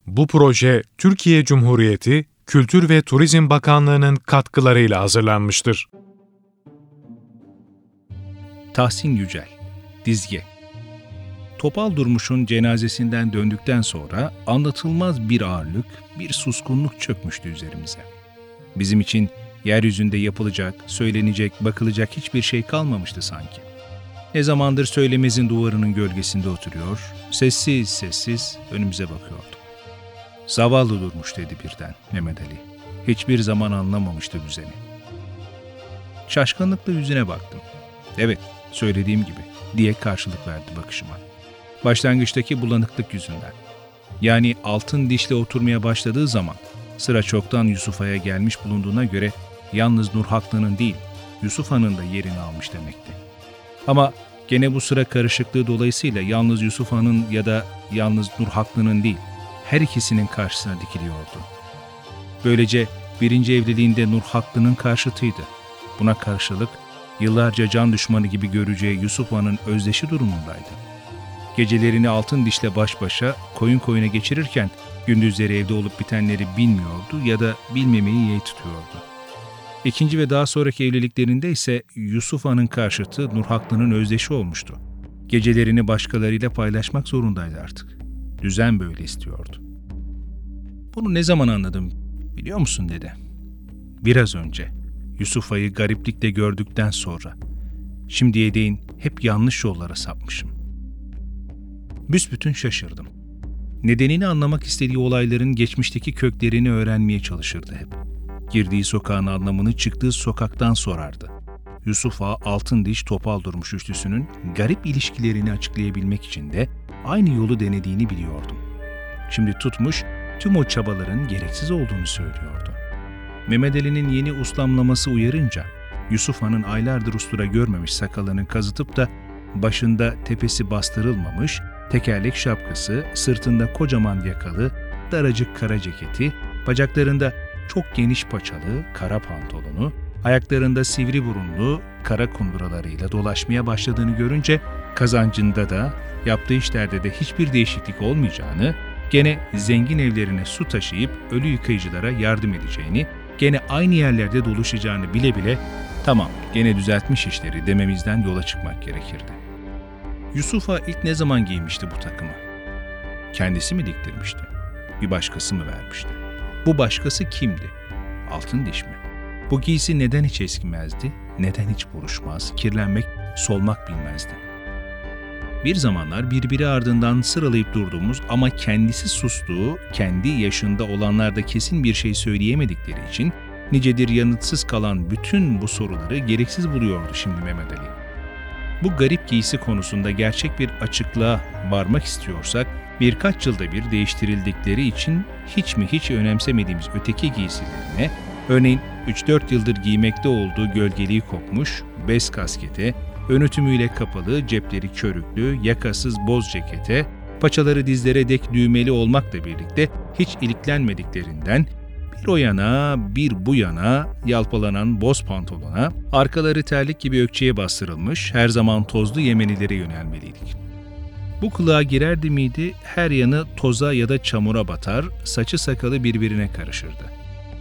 Bu proje Türkiye Cumhuriyeti Kültür ve Turizm Bakanlığı'nın katkılarıyla hazırlanmıştır. Tahsin Yücel, Dizge. Topal Durmuş'un cenazesinden döndükten sonra anlatılmaz bir ağırlık, bir suskunluk çökmüştü üzerimize. Bizim için yeryüzünde yapılacak, söylenecek, bakılacak hiçbir şey kalmamıştı sanki. Ne zamandır Söylemez'in duvarının gölgesinde oturuyor, sessiz sessiz önümüze bakıyorduk. Zavallı Durmuş dedi birden Mehmet Ali. Hiçbir zaman anlamamıştı düzeni. Şaşkınlıkla yüzüne baktım. Evet, söylediğim gibi diye karşılık verdi bakışıma. Başlangıçtaki bulanıklık yüzünden. Yani altın dişle oturmaya başladığı zaman sıra çoktan Yusuf Ağa'ya gelmiş bulunduğuna göre yalnız Nur Haklı'nın değil, Yusuf Ağa'nın da yerini almış demekti. Ama gene bu sıra karışıklığı dolayısıyla yalnız Yusuf Ağa'nın ya da yalnız Nur Haklı'nın değil, her ikisinin karşısına dikiliyordu. Böylece birinci evliliğinde Nur Haklı'nın karşıtıydı. Buna karşılık yıllarca can düşmanı gibi göreceği Yusuf Ağa'nın özdeşi durumundaydı. Gecelerini altın dişle baş başa, koyun koyuna geçirirken gündüzleri evde olup bitenleri bilmiyordu ya da bilmemeyi yeğ tutuyordu. İkinci ve daha sonraki evliliklerinde ise Yusuf Ağa'nın karşıtı Nur Haklı'nın özdeşi olmuştu. Gecelerini başkalarıyla paylaşmak zorundaydı artık. Düzen böyle istiyordu. Bunu ne zaman anladım biliyor musun dedi. Biraz önce Yusuf Ağa'yı gariplikle gördükten sonra. Şimdiye değin hep yanlış yollara sapmışım. Büsbütün şaşırdım. Nedenini anlamak istediği olayların geçmişteki köklerini öğrenmeye çalışırdı hep. Girdiği sokağın anlamını çıktığı sokaktan sorardı. Yusuf Ağa Altın Diş Topal Durmuş üçlüsünün garip ilişkilerini açıklayabilmek için de aynı yolu denediğini biliyordum. Şimdi tutmuş tüm o çabaların gereksiz olduğunu söylüyordu. Mehmet Ali'nin yeni uslamlaması uyarınca Yusuf Ağa'nın aylardır ustura görmemiş sakalını kazıtıp da başında tepesi bastırılmamış, tekerlek şapkası, sırtında kocaman yakalı, daracık kara ceketi, bacaklarında çok geniş paçalı kara pantolonu, ayaklarında sivri burunlu kara kunduralarıyla dolaşmaya başladığını görünce kazancında da yaptığı işlerde de hiçbir değişiklik olmayacağını, gene zengin evlerine su taşıyıp ölü yıkayıcılara yardım edeceğini, gene aynı yerlerde dolaşacağını bile bile tamam gene düzeltmiş işleri dememizden yola çıkmak gerekirdi. Yusuf Ağa ilk ne zaman giymişti bu takımı? Kendisi mi diktirmişti? Bir başkası mı vermişti? Bu başkası kimdi? Altın Diş mi? Bu giysi neden hiç eskimezdi? Neden hiç buruşmaz, kirlenmek, solmak bilmezdi? Bir zamanlar birbiri ardından sıralayıp durduğumuz ama kendisi sustuğu, kendi yaşında olanlar da kesin bir şey söyleyemedikleri için nicedir yanıtsız kalan bütün bu soruları gereksiz buluyordu şimdi Mehmet Ali. Bu garip giysi konusunda gerçek bir açıklığa varmak istiyorsak, birkaç yılda bir değiştirildikleri için hiç önemsemediğimiz öteki giysilerine, örneğin 3-4 yıldır giymekte olduğu gölgeliği kopmuş, bez kaskete, önü tümüyle kapalı, cepleri körüklü, yakasız boz cekete, paçaları dizlere dek düğmeli olmakla birlikte hiç iliklenmediklerinden, bir o yana bir bu yana yalpalanan boz pantolona, arkaları terlik gibi ökçeye bastırılmış, her zaman tozlu Yemenilere yönelmeliydik. Bu kılığa girerdi miydi, her yanı toza ya da çamura batar, saçı sakalı birbirine karışırdı.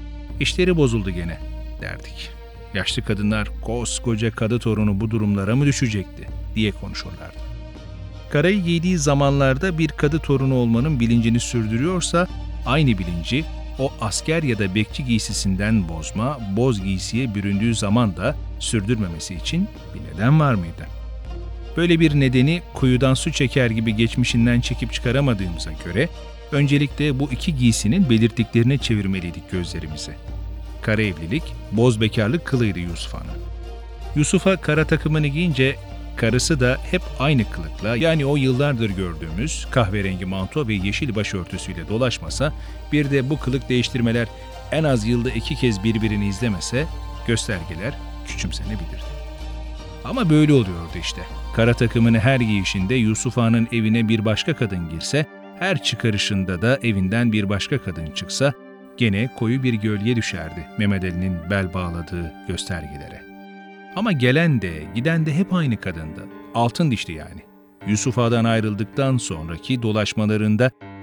İşleri bozuldu gene, derdik. Yaşlı kadınlar, koskoca kadı torunu bu durumlara mı düşecekti, diye konuşurlardı. Karayı giydiği zamanlarda bir kadı torunu olmanın bilincini sürdürüyorsa, aynı bilinci, o asker ya da bekçi giysisinden bozma, boz giysiye büründüğü zaman da sürdürmemesi için bir neden var mıydı? Böyle bir nedeni kuyudan su çeker gibi geçmişinden çekip çıkaramadığımıza göre, öncelikle bu iki giysinin belirttiklerine çevirmeliydik gözlerimizi. Kara evlilik, boz bekarlık kılıydı Yusuf Ağa'nın. Yusuf Ağa kara takımını giyince, karısı da hep aynı kılıkla, yani o yıllardır gördüğümüz kahverengi manto ve yeşil başörtüsüyle dolaşmasa, bir de bu kılık değiştirmeler en az yılda 2 kez birbirini izlemese, göstergeler küçümsenebilirdi. Ama böyle oluyordu işte. Kara takımını her giyişinde Yusuf Ağa'nın evine bir başka kadın girse, her çıkarışında da evinden bir başka kadın çıksa, gene koyu bir gölge düşerdi Mehmet Ali'nin bel bağladığı göstergelere. Ama gelen de giden de hep aynı kadındı. Altın Diş'ti yani. Yusuf Ağa'dan ayrıldıktan sonraki dolaşmalarında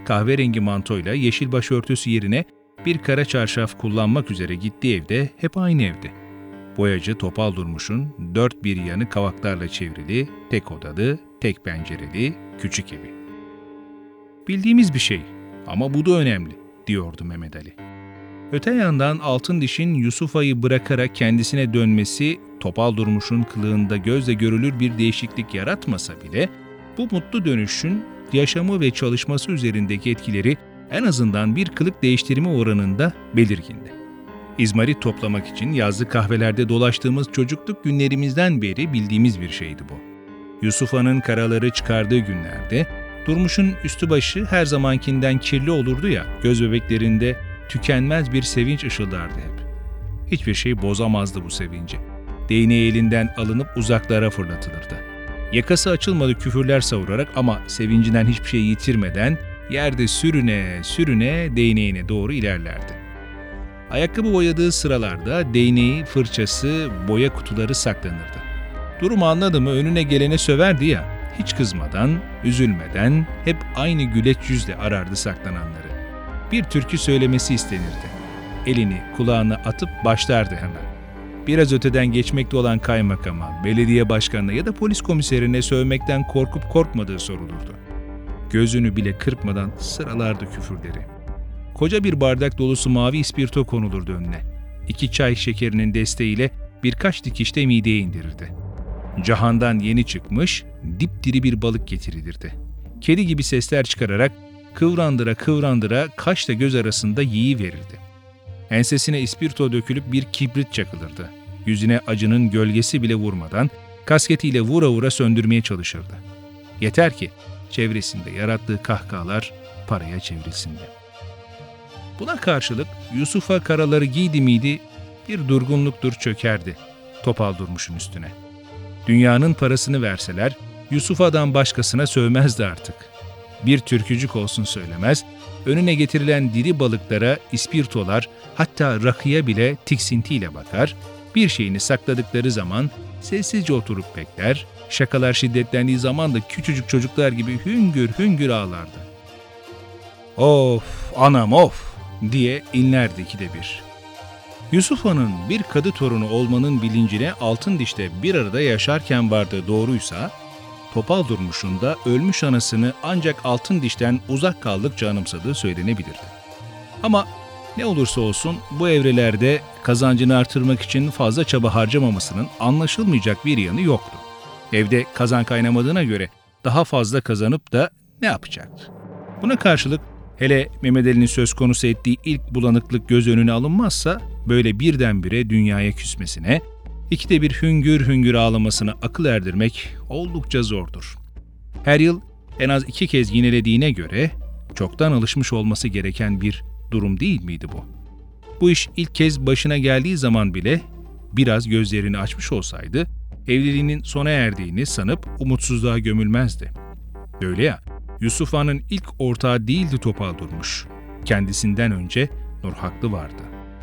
kahverengi mantoyla yeşil başörtüsü yerine bir kara çarşaf kullanmak üzere gittiği evde hep aynı evde. Boyacı Topal Durmuş'un dört bir yanı kavaklarla çevrili, tek odalı, tek pencereli, küçük evi. Bildiğimiz bir şey ama bu da önemli, diyordu Mehmet Ali. Öte yandan Altındiş'in Yusufa'yı bırakarak kendisine dönmesi, Topal Durmuş'un kılığında gözle görülür bir değişiklik yaratmasa bile, bu mutlu dönüşün yaşamı ve çalışması üzerindeki etkileri en azından bir kılık değiştirme oranında belirgindi. İzmarit toplamak için yazlık kahvelerde dolaştığımız çocukluk günlerimizden beri bildiğimiz bir şeydi bu. Yusufa'nın karaları çıkardığı günlerde, Durmuş'un üstü başı her zamankinden kirli olurdu ya, göz bebeklerinde tükenmez bir sevinç ışıldardı hep. Hiçbir şey bozamazdı bu sevinci. Değneği elinden alınıp uzaklara fırlatılırdı. Yakası açılmadı küfürler savurarak ama sevincinden hiçbir şey yitirmeden yerde sürüne sürüne değneğine doğru ilerlerdi. Ayakkabı boyadığı sıralarda değneği, fırçası, boya kutuları saklanırdı. Durumu anladı mı önüne gelene söverdi ya, hiç kızmadan, üzülmeden hep aynı güleç yüzle arardı saklananları. Bir türkü söylemesi istenirdi. Elini kulağına atıp başlardı hemen. Biraz öteden geçmekte olan kaymakama, belediye başkanına ya da polis komiserine sövmekten korkup korkmadığı sorulurdu. Gözünü bile kırpmadan sıralardı küfürleri. Koca bir bardak dolusu mavi ispirto konulurdu önüne. 2 çay şekerinin desteğiyle birkaç dikişte mideye indirirdi. Cahandan yeni çıkmış, dipdiri bir balık getirilirdi. Kedi gibi sesler çıkararak kıvrandıra kıvrandıra kaşla göz arasında yiyiverirdi. Ensesine ispirto dökülüp bir kibrit çakılırdı. Yüzüne acının gölgesi bile vurmadan kasketiyle vura vura söndürmeye çalışırdı. Yeter ki çevresinde yarattığı kahkahalar paraya çevrilsin de. Buna karşılık Yusuf'a karaları giydi miydi bir durgunluktur çökerdi Topal Durmuş'un üstüne. Dünyanın parasını verseler Yusuf'a'dan başkasına sövmezdi artık. Bir türkücük olsun söylemez, önüne getirilen diri balıklara, ispirtolar, hatta rakıya bile tiksintiyle bakar, bir şeyini sakladıkları zaman sessizce oturup bekler, şakalar şiddetlendiği zaman da küçücük çocuklar gibi hüngür hüngür ağlardı. "Of, anam of!" diye inlerdi ikide bir. Yusufa'nın bir kadı torunu olmanın bilincine Altındiş'te bir arada yaşarken vardığı doğruysa, Topal Durmuş'un da ölmüş anasını ancak Altındiş'ten uzak kaldıkça anımsadığı söylenebilirdi. Ama ne olursa olsun bu evrelerde kazancını artırmak için fazla çaba harcamamasının anlaşılmayacak bir yanı yoktu. Evde kazan kaynamadığına göre daha fazla kazanıp da ne yapacaktı? Buna karşılık hele Mehmet Ali'nin söz konusu ettiği ilk bulanıklık göz önüne alınmazsa böyle birdenbire dünyaya küsmesine, ikide bir hüngür hüngür ağlamasına akıl erdirmek oldukça zordur. Her yıl en az 2 kez yinelediğine göre çoktan alışmış olması gereken bir durum değil miydi bu? Bu iş ilk kez başına geldiği zaman bile biraz gözlerini açmış olsaydı evliliğinin sona erdiğini sanıp umutsuzluğa gömülmezdi. Böyle ya, Yusufa'nın ilk ortağı değildi Topal Durmuş. Kendisinden önce Nurhaklı vardı.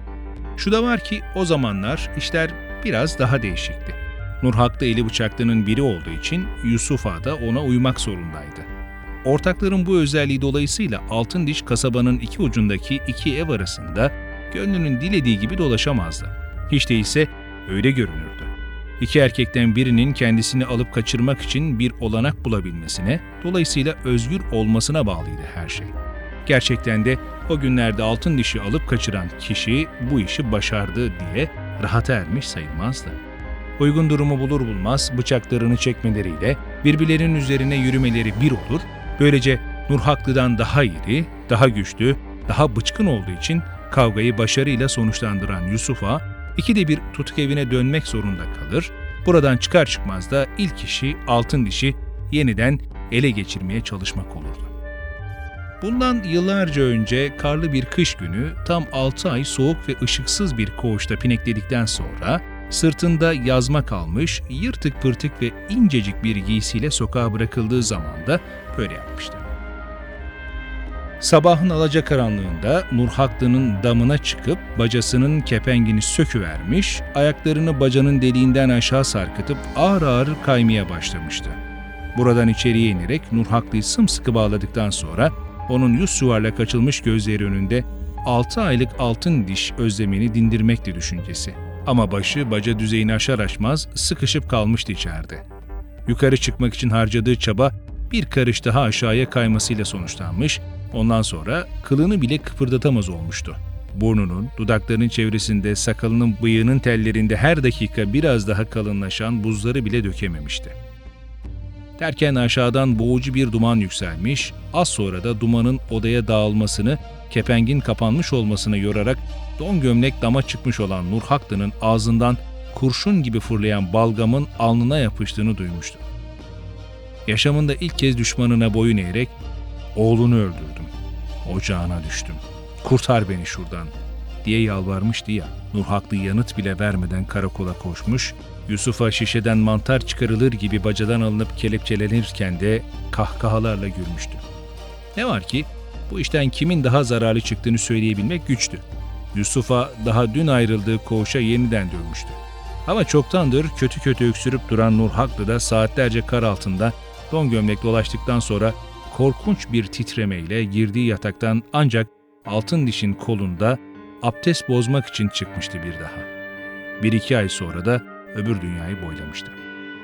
Şu da var ki o zamanlar işler biraz daha değişikti. Nurhaklı eli bıçaklının biri olduğu için Yusufa da ona uymak zorundaydı. Ortakların bu özelliği dolayısıyla Altındiş kasabanın iki ucundaki 2 ev arasında gönlünün dilediği gibi dolaşamazdı. Hiç değilse öyle görünürdü. 2 erkekten birinin kendisini alıp kaçırmak için bir olanak bulabilmesine, dolayısıyla özgür olmasına bağlıydı her şey. Gerçekten de o günlerde Altındiş'i alıp kaçıran kişi bu işi başardı diye rahata ermiş sayılmazdı. Uygun durumu bulur bulmaz bıçaklarını çekmeleriyle birbirlerinin üzerine yürümeleri bir olur, böylece Nurhaklı'dan daha iri, daha güçlü, daha bıçkın olduğu için kavgayı başarıyla sonuçlandıran Yusuf'a ikide bir tutuk evine dönmek zorunda kalır, buradan çıkar çıkmaz da ilk işi Altındiş'i yeniden ele geçirmeye çalışmak olurdu. Bundan yıllarca önce karlı bir kış günü tam 6 ay soğuk ve ışıksız bir koğuşta pinekledikten sonra sırtında yazma kalmış, yırtık pırtık ve incecik bir giysiyle sokağa bırakıldığı zaman da böyle yapmıştı. Sabahın alacakaranlığında Nurhaklı'nın damına çıkıp bacasının kepengini söküvermiş, ayaklarını bacanın deliğinden aşağı sarkıtıp ağır ağır kaymaya başlamıştı. Buradan içeriye inerek Nurhaklı'yı sımsıkı bağladıktan sonra onun yüz yuvarlak açılmış gözleri önünde 6 aylık altın diş özlemini dindirmekti düşüncesi. Ama başı baca düzeyini aşar aşmaz sıkışıp kalmıştı içeride. Yukarı çıkmak için harcadığı çaba bir karış daha aşağıya kaymasıyla sonuçlanmış, ondan sonra kılını bile kıpırdatamaz olmuştu. Burnunun, dudaklarının çevresinde, sakalının, bıyığının tellerinde her dakika biraz daha kalınlaşan buzları bile dökememişti. Derken aşağıdan boğucu bir duman yükselmiş, az sonra da dumanın odaya dağılmasını, kepengin kapanmış olmasına yorarak don gömlek dama çıkmış olan Nur Haklı'nın ağzından kurşun gibi fırlayan balgamın alnına yapıştığını duymuştu. Yaşamında ilk kez düşmanına boyun eğerek, "Oğlunu öldürdüm, ocağına düştüm, kurtar beni şuradan," diye yalvarmıştı ya. Nur Haklı yanıt bile vermeden karakola koşmuş, Yusuf'a şişeden mantar çıkarılır gibi bacadan alınıp kelepçelenirken de kahkahalarla gülmüştü. Ne var ki bu işten kimin daha zararlı çıktığını söyleyebilmek güçtü. Yusuf'a daha dün ayrıldığı koğuşa yeniden dönmüştü. Ama çoktandır kötü kötü öksürüp duran Nur Haklı da saatlerce kar altında don gömlek dolaştıktan sonra korkunç bir titremeyle girdiği yataktan ancak altın dişin kolunda abdest bozmak için çıkmıştı bir daha. 1-2 ay sonra da öbür dünyayı boylamıştı.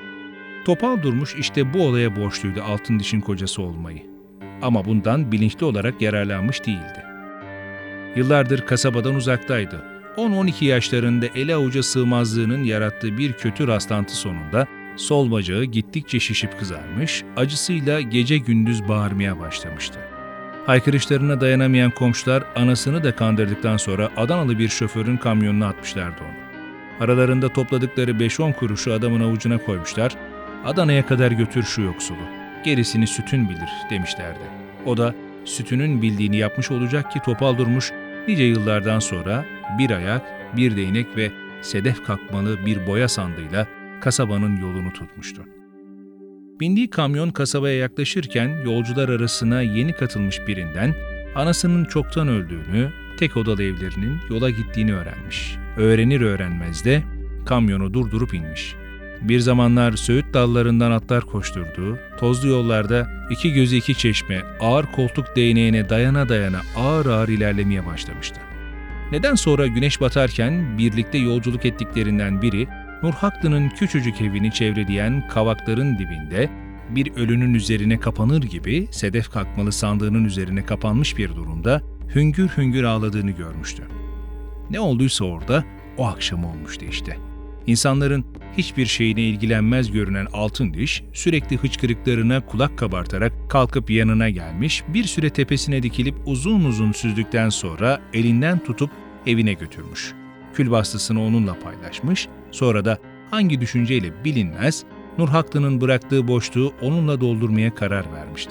Topal Durmuş işte bu olaya borçluydu altın dişin kocası olmayı. Ama bundan bilinçli olarak yararlanmış değildi. Yıllardır kasabadan uzaktaydı. 10-12 yaşlarında ele avuca sığmazlığının yarattığı bir kötü rastlantı sonunda sol bacağı gittikçe şişip kızarmış, acısıyla gece gündüz bağırmaya başlamıştı. Haykırışlarına dayanamayan komşular anasını da kandırdıktan sonra Adanalı bir şoförün kamyonuna atmışlardı onu. Aralarında topladıkları 5-10 kuruşu adamın avucuna koymuşlar, "Adana'ya kadar götür şu yoksulu, gerisini sütün bilir," demişlerdi. O da sütünün bildiğini yapmış olacak ki Topal Durmuş nice yıllardan sonra bir ayak, bir değnek ve sedef kakmalı bir boya sandığıyla kasabanın yolunu tutmuştu. Bindiği kamyon kasabaya yaklaşırken yolcular arasına yeni katılmış birinden anasının çoktan öldüğünü, tek odalı evlerinin yola gittiğini öğrenmiş. Öğrenir öğrenmez de kamyonu durdurup inmiş. Bir zamanlar söğüt dallarından atlar koşturduğu, tozlu yollarda iki gözü iki çeşme, ağır koltuk değneğine dayana dayana ağır ağır ilerlemeye başlamıştı. Neden sonra güneş batarken birlikte yolculuk ettiklerinden biri, Nur Haklı'nın küçücük evini çevreleyen kavakların dibinde bir ölünün üzerine kapanır gibi sedef kakmalı sandığının üzerine kapanmış bir durumda hüngür hüngür ağladığını görmüştü. Ne olduysa orada o akşam olmuştu işte. İnsanların hiçbir şeyine ilgilenmez görünen altın diş sürekli hıçkırıklarına kulak kabartarak kalkıp yanına gelmiş, bir süre tepesine dikilip uzun uzun süzdükten sonra elinden tutup evine götürmüş. Külbastısını onunla paylaşmış, sonra da hangi düşünceyle bilinmez Nur Haklı'nın bıraktığı boşluğu onunla doldurmaya karar vermişti.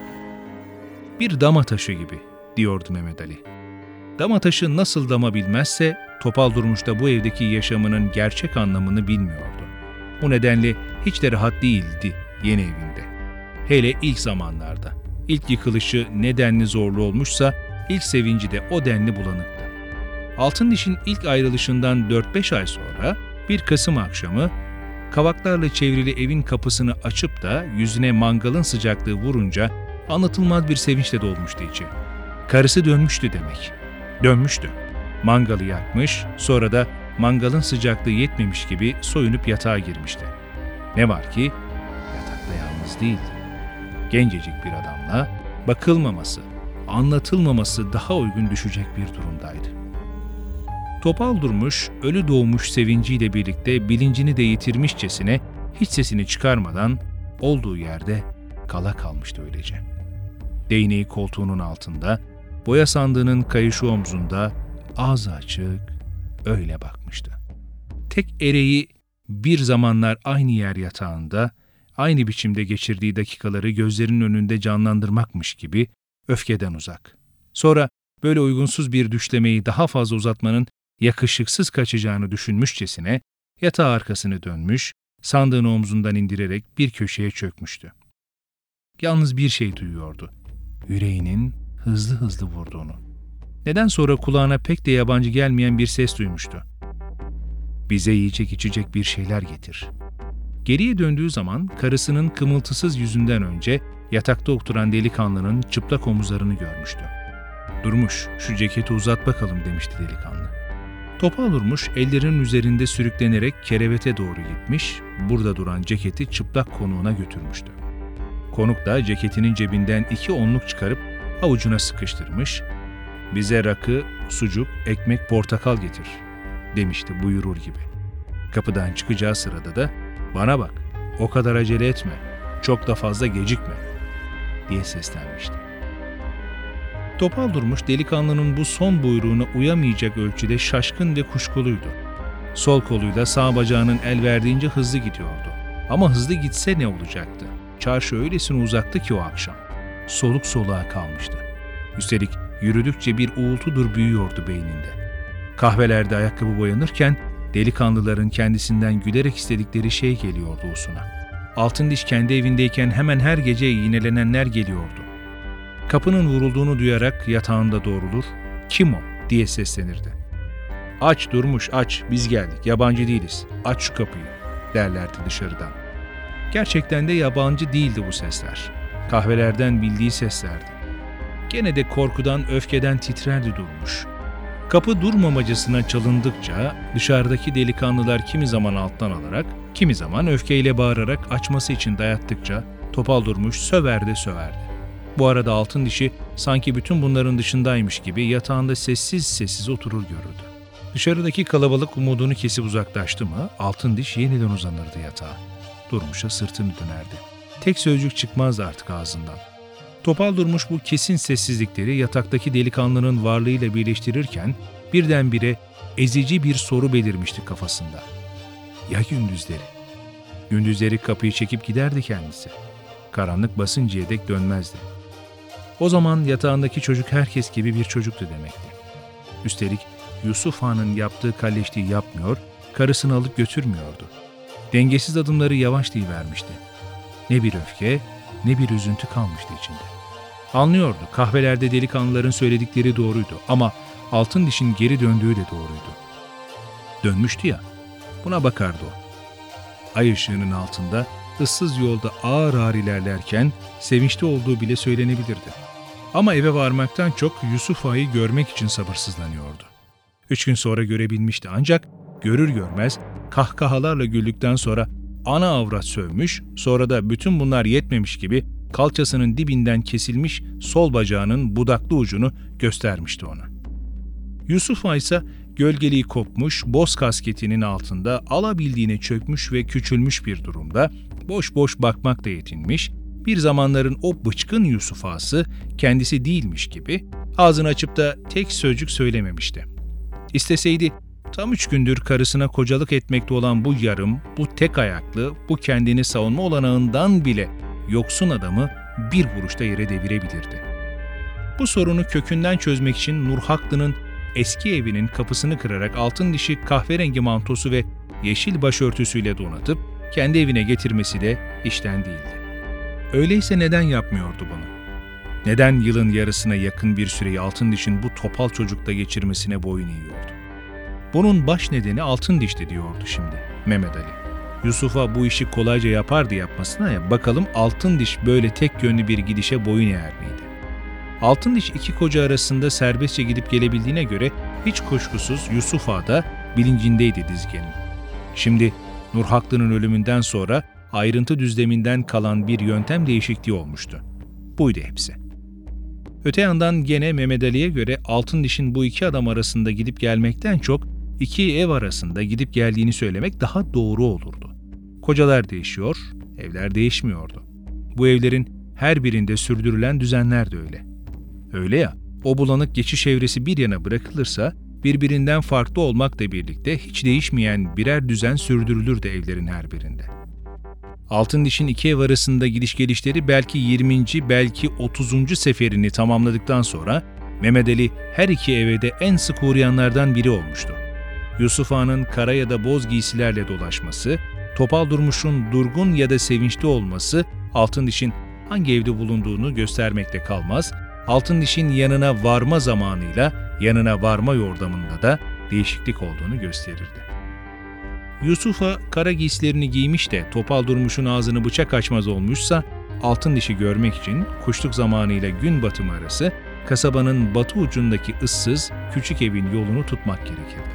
"Bir dama taşı gibi," diyordu Mehmet Ali. Dama taşı nasıl dama bilmezse Topal Durmuş da bu evdeki yaşamının gerçek anlamını bilmiyordu. Bu nedenle hiç de rahat değildi yeni evinde. Hele ilk zamanlarda. İlk yıkılışı ne denli zorlu olmuşsa ilk sevinci de o denli bulanıktı. Altın dişin ilk ayrılışından 4-5 ay sonra bir Kasım akşamı kavaklarla çevrili evin kapısını açıp da yüzüne mangalın sıcaklığı vurunca anlatılmaz bir sevinçle dolmuştu içi. Karısı dönmüştü demek. Dönmüştü. Mangalı yakmış, sonra da mangalın sıcaklığı yetmemiş gibi soyunup yatağa girmişti. Ne var ki yatakta yalnız değildi. Gencecik bir adamla bakılmaması, anlatılmaması daha uygun düşecek bir durumdaydı. Topal Durmuş, ölü doğmuş sevinciyle birlikte bilincini de yitirmişçesine hiç sesini çıkarmadan olduğu yerde kala kalmıştı öylece. Değneği koltuğunun altında, boya sandığının kayışı omzunda, ağzı açık, öyle bakmıştı. Tek ereği bir zamanlar aynı yer yatağında, aynı biçimde geçirdiği dakikaları gözlerinin önünde canlandırmakmış gibi öfkeden uzak. Sonra böyle uygunsuz bir düşlemeyi daha fazla uzatmanın yakışıksız kaçacağını düşünmüşçesine yatağı arkasını dönmüş, sandığını omzundan indirerek bir köşeye çökmüştü. Yalnız bir şey duyuyordu, yüreğinin hızlı hızlı vurduğunu. Neden sonra kulağına pek de yabancı gelmeyen bir ses duymuştu. "Bize yiyecek içecek bir şeyler getir." Geriye döndüğü zaman karısının kımıltısız yüzünden önce yatakta oturan delikanlının çıplak omuzlarını görmüştü. "Durmuş, şu ceketi uzat bakalım," demişti delikanlı. Topal Durmuş ellerinin üzerinde sürüklenerek kerevete doğru gitmiş, burada duran ceketi çıplak konuğuna götürmüştü. Konuk da ceketinin cebinden 2 onluk çıkarıp avucuna sıkıştırmış, "Bize rakı, sucuk, ekmek, portakal getir," demişti buyurur gibi. Kapıdan çıkacağı sırada da "Bana bak, o kadar acele etme, çok da fazla gecikme," diye seslenmişti. Topal Durmuş delikanlının bu son buyruğuna uyamayacak ölçüde şaşkın ve kuşkuluydu. Sol koluyla sağ bacağının el verdiğince hızlı gidiyordu. Ama hızlı gitse ne olacaktı? Çarşı öylesine uzaktı ki o akşam. Soluk soluğa kalmıştı. Üstelik yürüdükçe bir uğultudur büyüyordu beyninde. Kahvelerde ayakkabı boyanırken delikanlıların kendisinden gülerek istedikleri şey geliyordu Usun'a. Altındiş kendi evindeyken hemen her gece yinelenenler geliyordu. Kapının vurulduğunu duyarak yatağında doğrulur, "Kim o?" diye seslenirdi. "Aç Durmuş, aç, biz geldik, yabancı değiliz, aç şu kapıyı," derlerdi dışarıdan. Gerçekten de yabancı değildi bu sesler. Kahvelerden bildiği seslerdi. Gene de korkudan, öfkeden titrerdi Durmuş. Kapı durmamacasına çalındıkça dışarıdaki delikanlılar kimi zaman alttan alarak, kimi zaman öfkeyle bağırarak açması için dayattıkça Topal Durmuş söverdi. Bu arada Altındiş'i sanki bütün bunların dışındaymış gibi yatağında sessiz sessiz oturur görürdü. Dışarıdaki kalabalık umudunu kesip uzaklaştı mı Altındiş yeniden uzanırdı yatağa. Durmuş'a sırtını dönerdi. Tek sözcük çıkmazdı artık ağzından. Topal Durmuş bu kesin sessizlikleri yataktaki delikanlının varlığıyla birleştirirken birdenbire ezici bir soru belirmişti kafasında. Ya gündüzleri? Gündüzleri kapıyı çekip giderdi kendisi. Karanlık basıncaya dek dönmezdi. O zaman yatağındaki çocuk herkes gibi bir çocuktu demekti. Üstelik Yusuf Han'ın yaptığı kalleşliği yapmıyor, karısını alıp götürmüyordu. Dengesiz adımları yavaşlayıvermişti. Ne bir öfke, ne bir üzüntü kalmıştı içinde. Anlıyordu, kahvelerde delikanlıların söyledikleri doğruydu ama Altındiş'in geri döndüğü de doğruydu. Dönmüştü ya, buna bakardı o. Ay ışığının altında, ıssız yolda ağır ağır ilerlerken sevinçli olduğu bile söylenebilirdi. Ama eve varmaktan çok Yusuf Ağa'yı görmek için sabırsızlanıyordu. 3 gün sonra görebilmişti ancak görür görmez kahkahalarla güldükten sonra ana avrat sövmüş, sonra da bütün bunlar yetmemiş gibi kalçasının dibinden kesilmiş sol bacağının budaklı ucunu göstermişti ona. Yusuf Ağa ise gölgeliği kopmuş, boz kasketinin altında alabildiğine çökmüş ve küçülmüş bir durumda, boş boş bakmakla yetinmiş, bir zamanların o bıçkın Yusuf Ağası kendisi değilmiş gibi ağzını açıp da tek sözcük söylememişti. İsteseydi tam 3 gündür karısına kocalık etmekte olan bu yarım, bu tek ayaklı, bu kendini savunma olanağından bile yoksun adamı bir vuruşta yere devirebilirdi. Bu sorunu kökünden çözmek için Nur Haklı'nın eski evinin kapısını kırarak Altındiş'i kahverengi mantosu ve yeşil başörtüsüyle donatıp kendi evine getirmesi de işten değildi. Öyleyse neden yapmıyordu bunu? Neden yılın yarısına yakın bir süreyi Altındiş'in bu topal çocukla geçirmesine boyun eğiyordu? Bunun baş nedeni Altındiş'ti diyordu şimdi Mehmet Ali. Yusuf'a bu işi kolayca yapardı yapmasına ya, bakalım Altındiş böyle tek yönlü bir gidişe boyun eğer miydi? Altındiş 2 koca arasında serbestçe gidip gelebildiğine göre hiç kuşkusuz Yusuf Ağa da bilincindeydi dizgenin. Şimdi Nur Haklı'nın ölümünden sonra ayrıntı düzleminden kalan bir yöntem değişikliği olmuştu. Buydu hepsi. Öte yandan gene Mehmet Ali'ye göre Altındiş'in bu 2 adam arasında gidip gelmekten çok 2 ev arasında gidip geldiğini söylemek daha doğru olurdu. Kocalar değişiyor, evler değişmiyordu. Bu evlerin her birinde sürdürülen düzenler de öyle. Öyle ya, o bulanık geçiş evresi bir yana bırakılırsa birbirinden farklı olmakla birlikte hiç değişmeyen birer düzen sürdürülür de evlerin her birinde. Altındiş'in 2 ev arasında gidiş gelişleri belki 20. belki 30. seferini tamamladıktan sonra Mehmet Ali her 2 eve de en sık uğrayanlardan biri olmuştu. Yusuf Ağa'nın kara ya da boz giysilerle dolaşması, Topal Durmuş'un durgun ya da sevinçli olması Altındiş'in hangi evde bulunduğunu göstermekte kalmaz, Altındiş'in yanına varma zamanıyla yanına varma yordamında da değişiklik olduğunu gösterirdi. Yusuf Ağa kara giysilerini giymiş de Topal Durmuş'un ağzını bıçak açmaz olmuşsa, altın dişi görmek için kuşluk zamanıyla gün batımı arası kasabanın batı ucundaki ıssız küçük evin yolunu tutmak gerekirdi.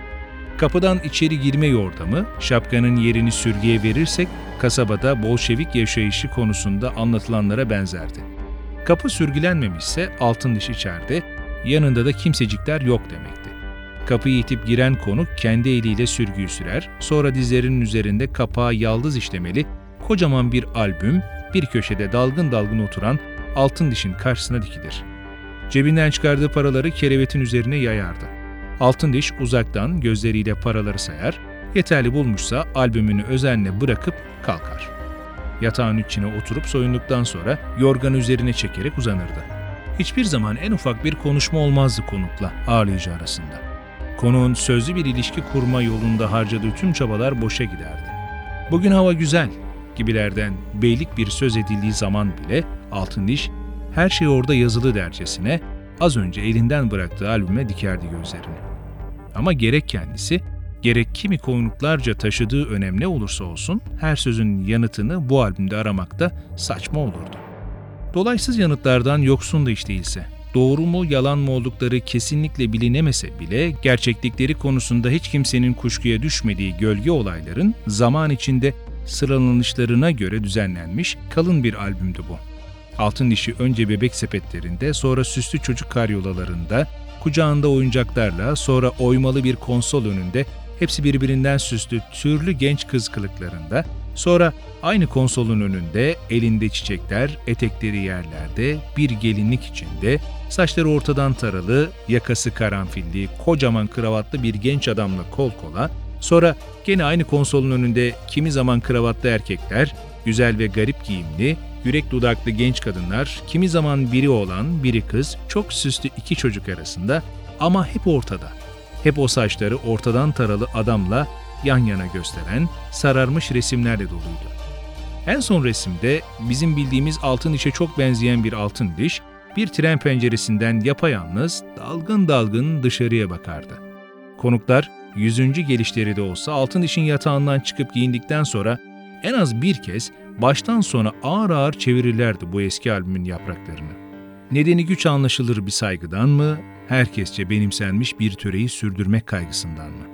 Kapıdan içeri girme yordamı, şapkanın yerini sürgüye verirsek kasabada Bolşevik yaşayışı konusunda anlatılanlara benzerdi. Kapı sürgülenmemişse altın diş içeride, yanında da kimsecikler yok demekti. Kapıyı itip giren konuk kendi eliyle sürgüyü sürer, sonra dizlerinin üzerinde kapağı yaldız işlemeli kocaman bir albüm, bir köşede dalgın dalgın oturan altın dişin karşısına dikilir. Cebinden çıkardığı paraları kerevetin üzerine yayardı. Altın diş uzaktan gözleriyle paraları sayar, yeterli bulmuşsa albümünü özenle bırakıp kalkar. Yatağın içine oturup soyunduktan sonra yorganı üzerine çekerek uzanırdı. Hiçbir zaman en ufak bir konuşma olmazdı konukla ağırlayıcı arasında. Konuğun sözlü bir ilişki kurma yolunda harcadığı tüm çabalar boşa giderdi. "Bugün hava güzel" gibilerden beylik bir söz edildiği zaman bile altın diş her şey orada yazılı dercesine az önce elinden bıraktığı albüme dikerdi gözlerini. Ama gerek kendisi, gerek kimi konuklarca taşıdığı önem ne olursa olsun her sözün yanıtını bu albümde aramakta saçma olurdu. Dolaysız yanıtlardan yoksun da hiç değilse, doğru mu yalan mı oldukları kesinlikle bilinemese bile gerçeklikleri konusunda hiç kimsenin kuşkuya düşmediği gölge olayların zaman içinde sıralanışlarına göre düzenlenmiş kalın bir albümdü bu. Altın dişi önce bebek sepetlerinde, sonra süslü çocuk karyolalarında, kucağında oyuncaklarla, sonra oymalı bir konsol önünde, hepsi birbirinden süslü türlü genç kız kılıklarında, sonra aynı konsolun önünde, elinde çiçekler, etekleri yerlerde, bir gelinlik içinde, saçları ortadan taralı, yakası karanfilli, kocaman kravatlı bir genç adamla kol kola, sonra gene aynı konsolun önünde kimi zaman kravatlı erkekler, güzel ve garip giyimli, yürek dudaklı genç kadınlar, kimi zaman biri oğlan, biri kız, çok süslü iki çocuk arasında ama hep ortada. Hep o saçları ortadan taralı adamla yan yana gösteren, sararmış resimlerle doluydu. En son resimde bizim bildiğimiz altın dişe çok benzeyen bir altın diş, bir tren penceresinden yapayalnız, dalgın dalgın dışarıya bakardı. Konuklar, 100. gelişleri de olsa altın dişin yatağından çıkıp giyindikten sonra en az bir kez baştan sona ağır ağır çevirirlerdi bu eski albümün yapraklarını. Nedeni güç anlaşılır bir saygıdan mı, herkesçe benimsenmiş bir töreyi sürdürmek kaygısından mı?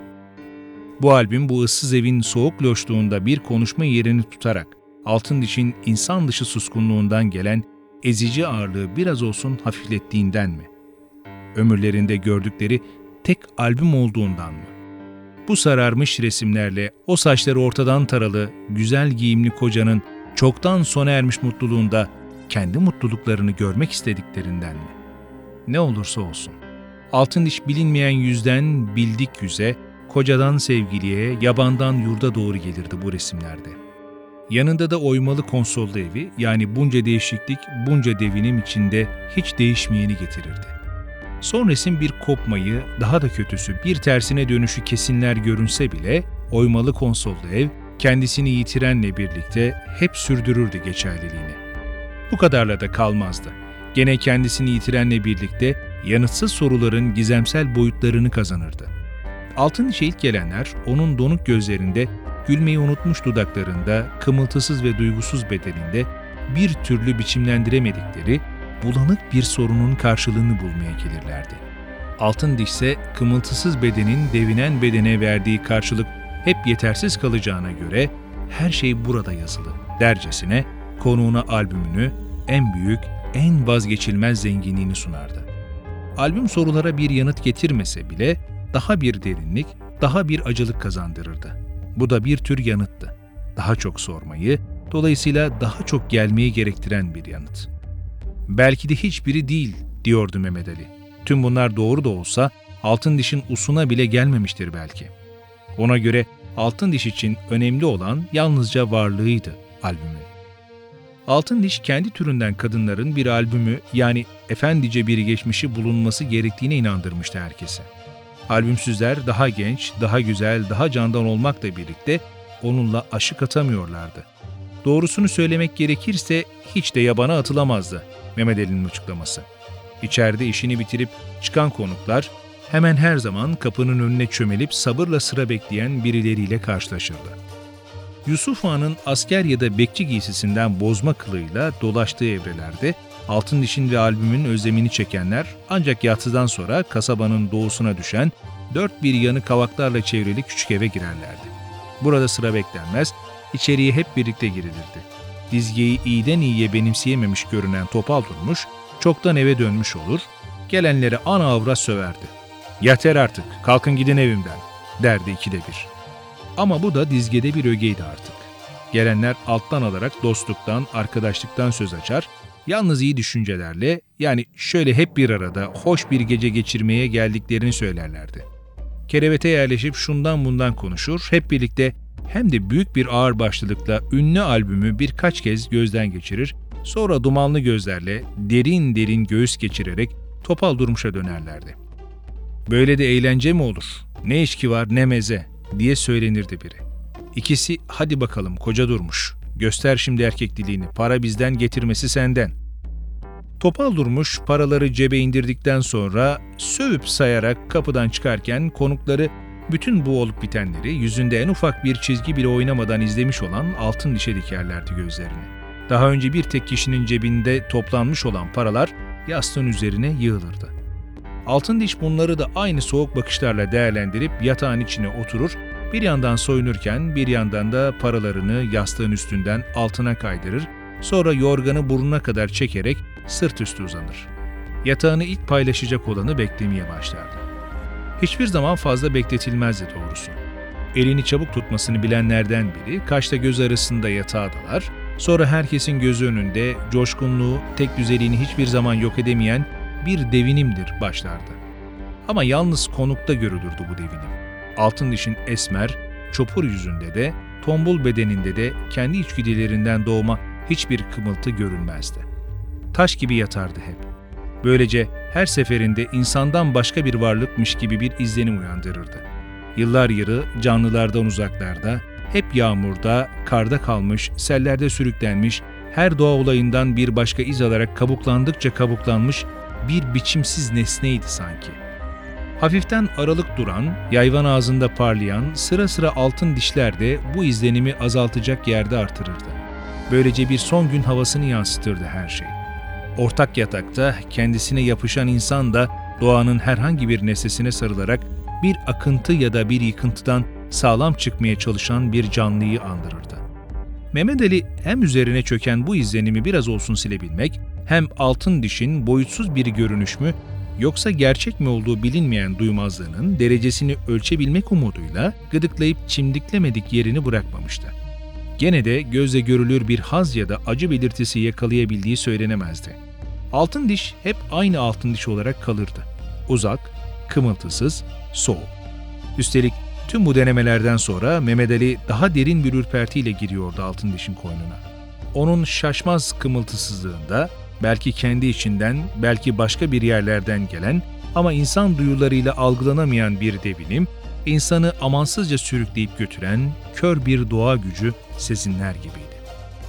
Bu albüm bu ıssız evin soğuk loşluğunda bir konuşma yerini tutarak altın dişin insan dışı suskunluğundan gelen ezici ağırlığı biraz olsun hafiflettiğinden mi? Ömürlerinde gördükleri tek albüm olduğundan mı? Bu sararmış resimlerle o saçları ortadan taralı, güzel giyimli kocanın çoktan sona ermiş mutluluğunda kendi mutluluklarını görmek istediklerinden mi? Ne olursa olsun. Altın diş bilinmeyen yüzden bildik yüze, kocadan sevgiliye, yabandan yurda doğru gelirdi bu resimlerde. Yanında da oymalı konsollu evi, yani bunca değişiklik, bunca devinim içinde hiç değişmeyeni getirirdi. Son resim bir kopmayı, daha da kötüsü bir tersine dönüşü kesinler görünse bile, oymalı konsollu ev, kendisini yitirenle birlikte hep sürdürürdü geçerliliğini. Bu kadarla da kalmazdı. Gene kendisini yitirenle birlikte yanıtsız soruların gizemsel boyutlarını kazanırdı. Altın dişe ilk gelenler, onun donuk gözlerinde, gülmeyi unutmuş dudaklarında, kımıltısız ve duygusuz bedeninde bir türlü biçimlendiremedikleri, bulanık bir sorunun karşılığını bulmaya gelirlerdi. Altın dişse kımıltısız bedenin devinen bedene verdiği karşılık hep yetersiz kalacağına göre her şey burada yazılı dercesine konuğuna albümünü en büyük, en vazgeçilmez zenginliğini sunardı. Albüm sorulara bir yanıt getirmese bile daha bir derinlik, daha bir acılık kazandırırdı. Bu da bir tür yanıttı. Daha çok sormayı, dolayısıyla daha çok gelmeyi gerektiren bir yanıt. Belki de hiçbiri değil, diyordu Mehmet Ali. Tüm bunlar doğru da olsa altın dişin usuna bile gelmemiştir belki. Ona göre altın diş için önemli olan yalnızca varlığıydı albümün. Altın diş kendi türünden kadınların bir albümü, yani efendice bir geçmişi bulunması gerektiğine inandırmıştı herkese. Albümsüzler daha genç, daha güzel, daha candan olmakla birlikte onunla aşık atamıyorlardı. Doğrusunu söylemek gerekirse hiç de yabana atılamazdı Mehmet Ali'nin açıklaması. İçeride işini bitirip çıkan konuklar hemen her zaman kapının önüne çömelip sabırla sıra bekleyen birileriyle karşılaşırdı. Yusuf Ağa'nın asker ya da bekçi giysisinden bozma kılığıyla dolaştığı evrelerde Altın Diş'in ve albümün özlemini çekenler ancak yatsıdan sonra kasabanın doğusuna düşen dört bir yanı kavaklarla çevrili küçük eve girerlerdi. Burada sıra beklenmez, içeriye hep birlikte girilirdi. Dizgeyi iyiden iyiye benimseyememiş görünen Topal Durmuş çoktan eve dönmüş olur, gelenleri ana avrat söverdi. "Yeter artık, kalkın gidin evimden," derdi ikide bir. Ama bu da dizgede bir ögeydi artık. Gelenler alttan alarak dostluktan, arkadaşlıktan söz açar, yalnız iyi düşüncelerle, yani şöyle hep bir arada hoş bir gece geçirmeye geldiklerini söylerlerdi. Kerevete yerleşip şundan bundan konuşur, hep birlikte hem de büyük bir ağırbaşlılıkla ünlü albümü birkaç kez gözden geçirir, sonra dumanlı gözlerle derin derin göğüs geçirerek Topal Durmuş'a dönerlerdi. "Böyle de eğlence mi olur? Ne içki var ne meze," diye söylenirdi biri. İkisi, "Hadi bakalım koca Durmuş, göster şimdi erkek diliğini, para bizden getirmesi senden." Topal Durmuş paraları cebe indirdikten sonra sövüp sayarak kapıdan çıkarken konukları bütün bu olup bitenleri yüzünde en ufak bir çizgi bile oynamadan izlemiş olan Altın Diş'e dikerlerdi gözlerini. Daha önce bir tek kişinin cebinde toplanmış olan paralar yastığın üzerine yığılırdı. Altın Diş bunları da aynı soğuk bakışlarla değerlendirip yatağın içine oturur, bir yandan soyunurken bir yandan da paralarını yastığın üstünden altına kaydırır, sonra yorganı burnuna kadar çekerek sırt üstü uzanır. Yatağını ilk paylaşacak olanı beklemeye başlardı. Hiçbir zaman fazla bekletilmezdi doğrusu. Elini çabuk tutmasını bilenlerden biri kaşla göz arasında yatağa dalar, sonra herkesin gözü önünde coşkunluğu, tek düzeliğini hiçbir zaman yok edemeyen bir devinimdir başlardı. Ama yalnız konukta görülürdü bu devinim. Altın Diş'in esmer, çopur yüzünde de, tombul bedeninde de kendi içgüdülerinden doğma hiçbir kımıltı görülmezdi. Taş gibi yatardı hep. Böylece her seferinde insandan başka bir varlıkmış gibi bir izlenim uyandırırdı. Yıllar yılı canlılardan uzaklarda, hep yağmurda, karda kalmış, sellerde sürüklenmiş, her doğa olayından bir başka iz alarak kabuklandıkça kabuklanmış bir biçimsiz nesneydi sanki. Hafiften aralık duran, yayvan ağzında parlayan, sıra sıra altın dişler de bu izlenimi azaltacak yerde artırırdı. Böylece bir son gün havasını yansıtırdı her şey. Ortak yatakta kendisine yapışan insan da doğanın herhangi bir nesnesine sarılarak bir akıntı ya da bir yıkıntıdan sağlam çıkmaya çalışan bir canlıyı andırırdı. Mehmet Ali hem üzerine çöken bu izlenimi biraz olsun silebilmek, hem Altın Diş'in boyutsuz bir görünüş mü yoksa gerçek mi olduğu bilinmeyen duymazlığının derecesini ölçebilmek umuduyla gıdıklayıp çimdiklemedik yerini bırakmamıştı. Gene de gözle görülür bir haz ya da acı belirtisi yakalayabildiği söylenemezdi. Altın Diş hep aynı Altın Diş olarak kalırdı. Uzak, kımıltısız, soğuk. Üstelik tüm bu denemelerden sonra Mehmet Ali daha derin bir ürpertiyle giriyordu Altın Diş'in koynuna. Onun şaşmaz kımıltısızlığında belki kendi içinden, belki başka bir yerlerden gelen ama insan duyularıyla algılanamayan bir devinim, insanı amansızca sürükleyip götüren kör bir doğa gücü sezinler gibiydi.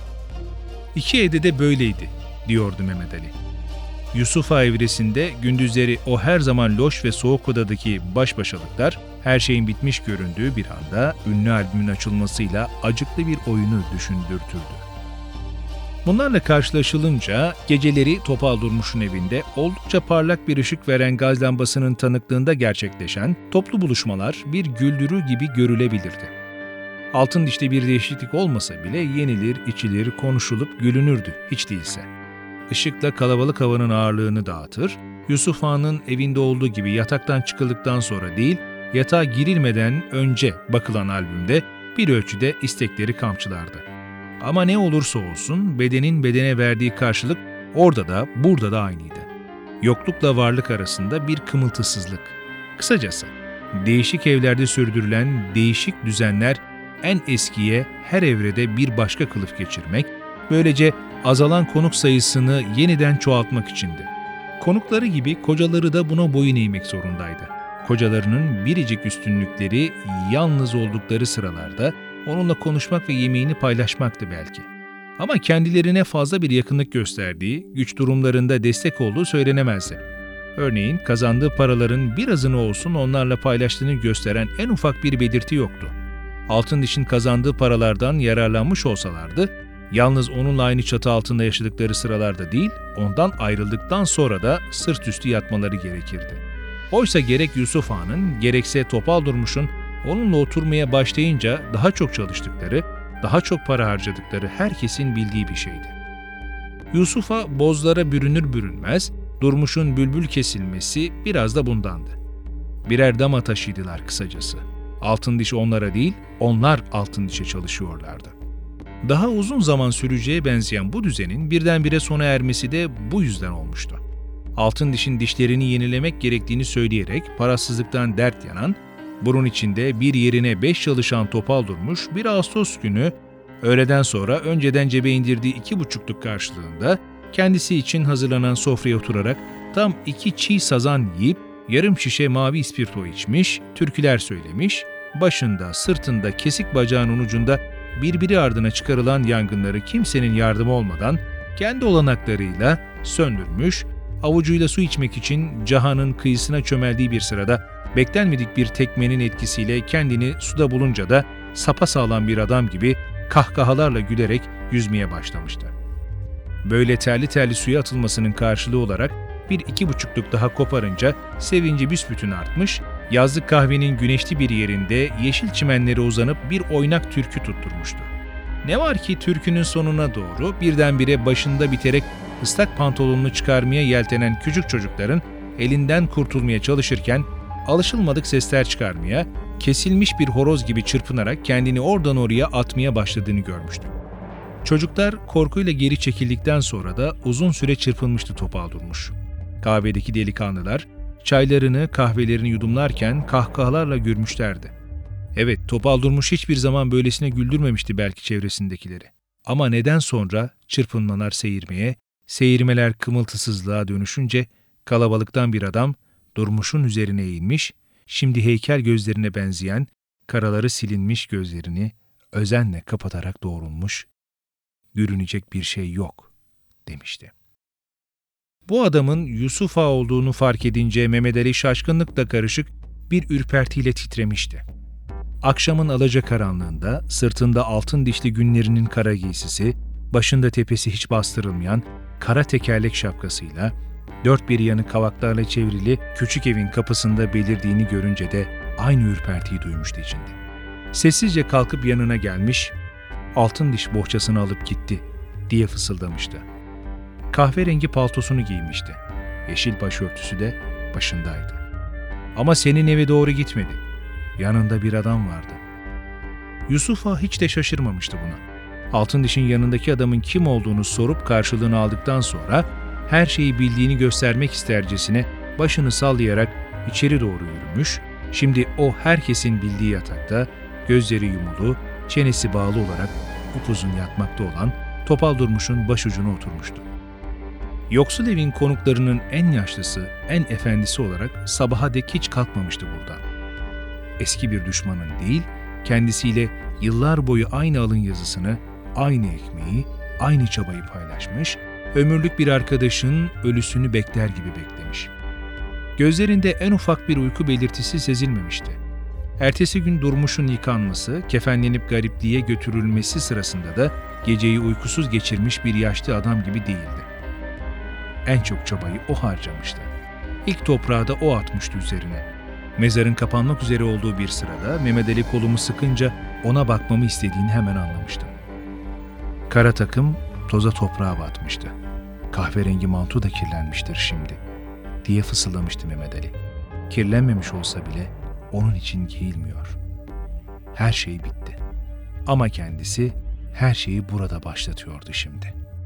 "İki evde de böyleydi," diyordu Mehmet Ali. Yusuf Ağa evresinde gündüzleri o her zaman loş ve soğuk odadaki baş başalıklar, her şeyin bitmiş göründüğü bir anda ünlü albümün açılmasıyla acıklı bir oyunu düşündürtürdü. Bunlarla karşılaşılınca geceleri Topal Durmuş'un evinde oldukça parlak bir ışık veren gaz lambasının tanıklığında gerçekleşen toplu buluşmalar bir güldürü gibi görülebilirdi. Altın Diş'te bir değişiklik olmasa bile yenilir, içilir, konuşulup gülünürdü hiç değilse. Işıkla kalabalık havanın ağırlığını dağıtır, Yusuf Ağa'nın evinde olduğu gibi yataktan çıkıldıktan sonra değil, yatağa girilmeden önce bakılan albümde bir ölçüde istekleri kamçılardı. Ama ne olursa olsun bedenin bedene verdiği karşılık orada da burada da aynıydı. Yoklukla varlık arasında bir kımıltısızlık. Kısacası değişik evlerde sürdürülen değişik düzenler en eskiye her evrede bir başka kılıf geçirmek, böylece azalan konuk sayısını yeniden çoğaltmak içindi. Konukları gibi kocaları da buna boyun eğmek zorundaydı. Kocalarının biricik üstünlükleri yalnız oldukları sıralarda onunla konuşmak ve yemeğini paylaşmaktı belki. Ama kendilerine fazla bir yakınlık gösterdiği, güç durumlarında destek olduğu söylenemezdi. Örneğin kazandığı paraların birazını olsun onlarla paylaştığını gösteren en ufak bir belirti yoktu. Altındiş'in kazandığı paralardan yararlanmış olsalardı, yalnız onunla aynı çatı altında yaşadıkları sıralarda değil, ondan ayrıldıktan sonra da sırt üstü yatmaları gerekirdi. Oysa gerek Yusuf Ağa'nın, gerekse Topal Durmuş'un onunla oturmaya başlayınca daha çok çalıştıkları, daha çok para harcadıkları herkesin bildiği bir şeydi. Yusuf Ağa bozlara bürünür bürünmez, Durmuş'un bülbül kesilmesi biraz da bundandı. Birer dama taşıydılar kısacası. Altındiş onlara değil, onlar Altındiş'e çalışıyorlardı. Daha uzun zaman süreceğe benzeyen bu düzenin birdenbire sona ermesi de bu yüzden olmuştu. Altındiş'in dişlerini yenilemek gerektiğini söyleyerek parasızlıktan dert yanan, burun içinde bir yerine 5 çalışan Topal Durmuş 1 Ağustos günü öğleden sonra önceden cebe indirdiği 2,5'luk karşılığında kendisi için hazırlanan sofraya oturarak tam 2 çiğ sazan yiyip yarım şişe mavi ispirto içmiş, türküler söylemiş, başında, sırtında, kesik bacağının ucunda birbiri ardına çıkarılan yangınları kimsenin yardımı olmadan kendi olanaklarıyla söndürmüş, avucuyla su içmek için Cahan'ın kıyısına çömeldiği bir sırada beklenmedik bir tekmenin etkisiyle kendini suda bulunca da sapasağlam bir adam gibi kahkahalarla gülerek yüzmeye başlamıştı. Böyle terli terli suya atılmasının karşılığı olarak 1-2,5'luk daha koparınca sevinci büsbütün artmış, yazlık kahvenin güneşli bir yerinde yeşil çimenlere uzanıp bir oynak türkü tutturmuştu. Ne var ki türkünün sonuna doğru birdenbire başında biterek ıslak pantolonunu çıkarmaya yeltenen küçük çocukların elinden kurtulmaya çalışırken alışılmadık sesler çıkarmaya, kesilmiş bir horoz gibi çırpınarak kendini oradan oraya atmaya başladığını görmüştü. Çocuklar korkuyla geri çekildikten sonra da uzun süre çırpınmıştı Topal Durmuş. Kahvedeki delikanlılar çaylarını, kahvelerini yudumlarken kahkahalarla gülmüşlerdi. Evet, Topal Durmuş hiçbir zaman böylesine güldürmemişti belki çevresindekileri. Ama neden sonra çırpınmalar seyirmeye, seyirmeler kımıltısızlığa dönüşünce kalabalıktan bir adam Durmuş'un üzerine eğilmiş, şimdi heykel gözlerine benzeyen, karaları silinmiş gözlerini özenle kapatarak doğrulmuş, "Gülünecek bir şey yok," demişti. Bu adamın Yusuf Ağa olduğunu fark edince Mehmet Ali şaşkınlıkla karışık bir ürpertiyle titremişti. Akşamın alacakaranlığında sırtında altın dişli günlerinin kara giysisi, başında tepesi hiç bastırılmayan kara tekerlek şapkasıyla, dört bir yanı kavaklarla çevrili küçük evin kapısında belirdiğini görünce de aynı ürpertiyi duymuştu içinde. Sessizce kalkıp yanına gelmiş, "Altın diş bohçasını alıp gitti," diye fısıldamıştı. Kahverengi paltosunu giymişti. Yeşil başörtüsü de başındaydı. Ama senin eve doğru gitmedi. Yanında bir adam vardı. Yusuf Ağa hiç de şaşırmamıştı buna. Altındiş'in yanındaki adamın kim olduğunu sorup karşılığını aldıktan sonra her şeyi bildiğini göstermek istercesine başını sallayarak içeri doğru yürümüş, şimdi o herkesin bildiği yatakta, gözleri yumulu, çenesi bağlı olarak upuzun yatmakta olan Topal Durmuş'un başucuna oturmuştu. Yoksul evin konuklarının en yaşlısı, en efendisi olarak sabaha dek hiç kalkmamıştı buradan. Eski bir düşmanın değil, kendisiyle yıllar boyu aynı alın yazısını, aynı ekmeği, aynı çabayı paylaşmış, ömürlük bir arkadaşın ölüsünü bekler gibi beklemiş. Gözlerinde en ufak bir uyku belirtisi sezilmemişti. Ertesi gün Durmuş'un yıkanması, kefenlenip garipliğe götürülmesi sırasında da geceyi uykusuz geçirmiş bir yaşlı adam gibi değildi. En çok çabayı o harcamıştı. İlk toprağı da o atmıştı üzerine. Mezarın kapanmak üzere olduğu bir sırada Mehmet Ali kolumu sıkınca ona bakmamı istediğini hemen anlamıştım. Kara takım toza toprağa batmıştı. Kahverengi manto da kirlenmiştir şimdi, diye fısıldamıştı Mehmet Ali. Kirlenmemiş olsa bile onun için giyilmiyor. Her şey bitti. Ama kendisi her şeyi burada başlatıyordu şimdi.